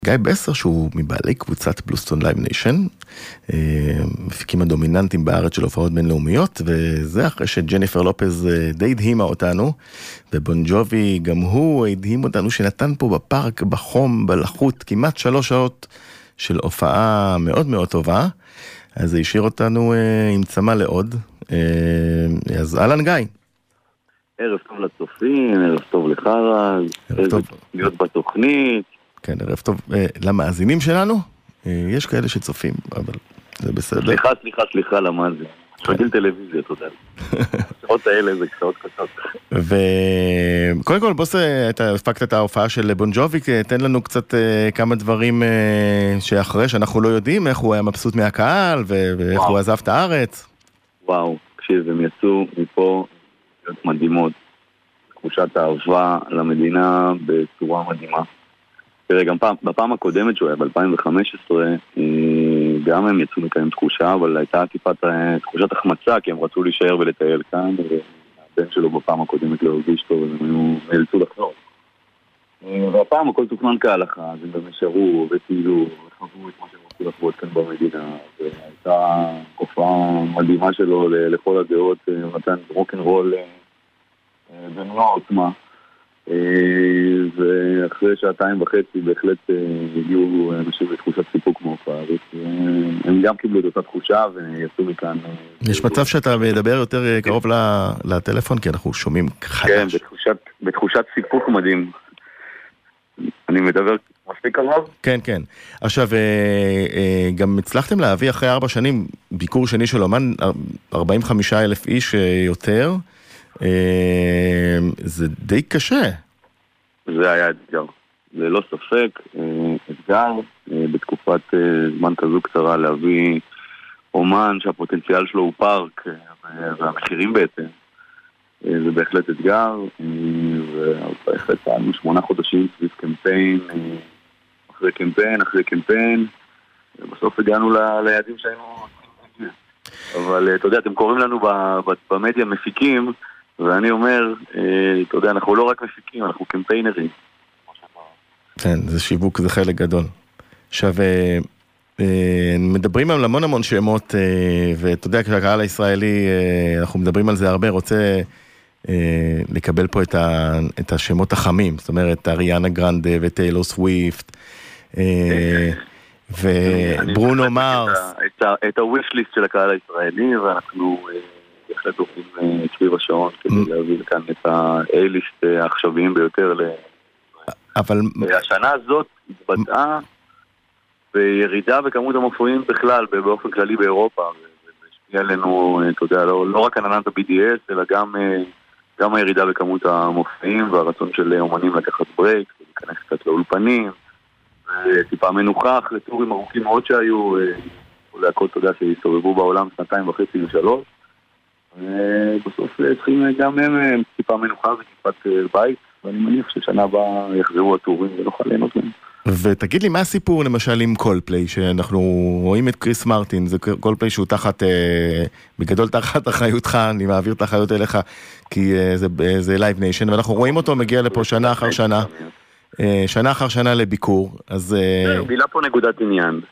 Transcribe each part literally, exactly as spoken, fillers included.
גיא בסר, שהוא מבעלי קבוצת בלוסטון לייב ניישן, מפיקים הדומיננטים בארץ של הופעות בינלאומיות, וזה אחרי שג'ניפר לופז די הדהימה אותנו, ובון ג'ובי גם הוא הדהים אותנו, שנתן פה בפארק, בחום, בלחות, כמעט שלוש שעות של הופעה מאוד מאוד טובה, אז זה השאיר אותנו עם צמא לעוד. אז אהלן גיא. ערב טוב לצופים, ערב טוב לך רז, ערב טוב להיות בתוכנית. כן, ערב טוב. למאזינים שלנו, יש כאלה שצופים, אבל זה בסדר. סליחה, סליחה, סליחה, למאזין. רגיל טלוויזיה, תודה. השעות האלה זה שעות קשות. וקודם כל, בוס, אתה הפקת את ההופעה של בון ג'ובי, תן לנו קצת כמה דברים שאחרי, שאנחנו לא יודעים, איך הוא היה מבסוט מהקהל, ואיך הוא עזב את הארץ. וואו, תקשיב, הם יצאו מפה להיות מדהימות. תחושת האהבה למדינה בצורה מדהימה. תראה, גם פעם, בפעם הקודמת שהוא היה ב-אלפיים וחמש עשרה, גם הם יצאו מכאן תחושה, אבל הייתה טיפת תחושת החמצה, כי הם רצו להישאר ולטייל כאן, והבן שלו בפעם הקודמת לא הרגיש טוב, אז הם נאלצו לחזור. והפעם הכל תוכנן כהלכה, אז הם גם נשארו וטיילו, וחוו את מה שהם רצו לחוות כאן במדינה, והייתה הופעה מדהימה שלו לכל הדעות, נתן רוק'נ'רול במלוא העוצמה. ואחרי שעתיים וחצי בהחלט הגיעו אנשים לתחושת סיפוק מההופעה הזאת, הם גם קיבלו את אותה תחושה ויצאו מכאן. יש מצב שאתה מדבר יותר קרוב לטלפון, כי אנחנו שומעים חדש. כן, בתחושת סיפוק מדהים. אני מדבר מספיק קרוב? כן, כן. עכשיו, גם הצלחתם להביא אחרי ארבע שנים ביקור שני של אומן, ארבעים וחמישה אלף איש יותר, זה די קשה. זה היה אתגר, זה לא ספק אתגר בתקופת זמן כזו קצרה להביא אומן שהפוטנציאל שלו הוא פארק והמחירים בעצם, זה בהחלט אתגר, ובהחלט פעלנו שמונה חודשים סביב קמפיין אחרי קמפיין אחרי קמפיין, ובסוף הגענו ליעדים שהיינו, אבל אתה יודע, אתם קוראים לנו במדיה מפיקים, ואני אומר, אתה יודע, אנחנו לא רק מפיקים, אנחנו קמפיינרים. כן, זה שיווק, זה חלק גדול. עכשיו, מדברים על המון המון שמות, ואתה יודע, כשהקהל הישראלי, אנחנו מדברים על זה הרבה, רוצה לקבל פה את השמות החמים, זאת אומרת, אריאנה גרנדה וטיילור סוויפט, וברונו מרס. את הוויש ליסט של הקהל הישראלי, ואנחנו בהחלט עובדים סביב השעון כדי להביא לכאן את ה-A-ליסט העכשוויים ביותר. אבל השנה הזאת התבטאה בירידה בכמות המופעים בכלל, באופן כללי באירופה, והשפיע עלינו, אתה יודע, לא רק עננת ה-בי די אס, אלא גם גם הירידה בכמות המופעים, והרצון של אומנים לקחת ברייק, ולהיכנס קצת לאולפנים, וטיפה מנוחה אחרי טורים ארוכים מאוד שהיו, להקות, אתה יודע, שהסתובבו בעולם שנתיים וחצי ושלוש, ובסוף צריכים גם הם טיפה מנוחה וטיפת בית, ואני מניח ששנה הבאה יחזרו הטורים ונוכל ליהנות להם. ותגיד לי, מה הסיפור למשל עם קולפליי, שאנחנו רואים את קריס מרטין, זה קולפליי שהוא תחת, בגדול תחת אחריותך, אני מעביר את האחריות אליך, כי זה, זה לייב ניישן, ואנחנו רואים אותו מגיע לפה שנה אחר שנה, שנה אחר שנה לביקור, אז... הוא בילה פה נקודת עניין.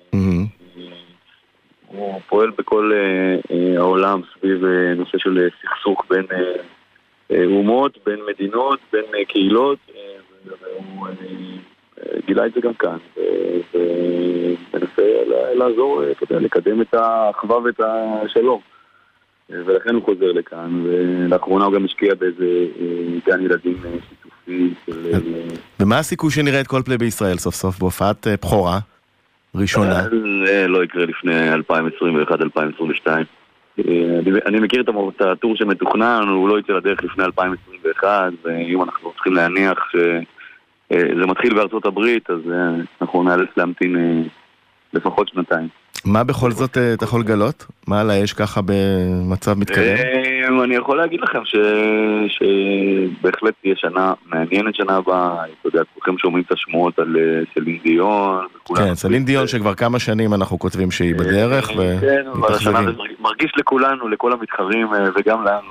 הוא פועל בכל העולם סביב נושא של סכסוך בין אומות, בין מדינות, בין קהילות, והוא גילה את זה גם כאן, ומנסה לעזור, לקדם את האחווה ואת השלום, ולכן הוא חוזר לכאן, ולאחרונה הוא גם משקיע באיזה גן ילדים שיתופי. ומה הסיכוי שנראה את קולפליי בישראל סוף סוף בהופעת בחורה ראשונה? זה לא יקרה לפני אלפיים עשרים ואחת אלפיים עשרים ושתיים. אני מכיר את הטור שמתוכנן, הוא לא יצא לדרך לפני אלפיים עשרים ואחת, ואם אנחנו צריכים להניח שזה מתחיל בארצות הברית, אז אנחנו נאלץ להמתין לפחות שנתיים. מה בכל זאת אתה יכול לגלות? מה על האש ככה במצב מתקדם? אני יכול להגיד לכם שבהחלט תהיה שנה מעניינת שנה הבאה. אתה יודע, כולכם שומעים את השמועות על סלין דיון. כן, סלין דיון שכבר כמה שנים אנחנו כותבים שהיא בדרך. כן, אבל השנה זה מרגיש לכולנו, לכל המתחרים וגם לנו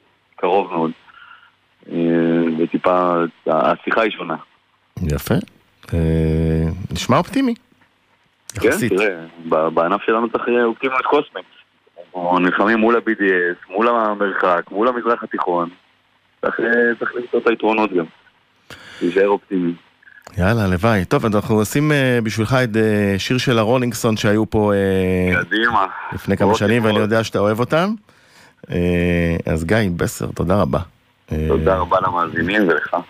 קרוב מאוד. וטיפה, השיחה היא שונה. יפה. נשמע אופטימי. כן, תראה, בענף שלנו צריך אופטימיות קוסמית. אנחנו נלחמים מול ה-בי די אס, מול המרחק, מול המזרח התיכון. צריך למצוא את היתרונות גם. להישאר אופטימי. יאללה, לוואי. טוב, אנחנו נשים בשבילך את שיר של הרולינגסון שהיו פה לפני כמה שנים, ואני יודע שאתה אוהב אותם. אז גיא בסר, תודה רבה. תודה רבה למאזינים ולך.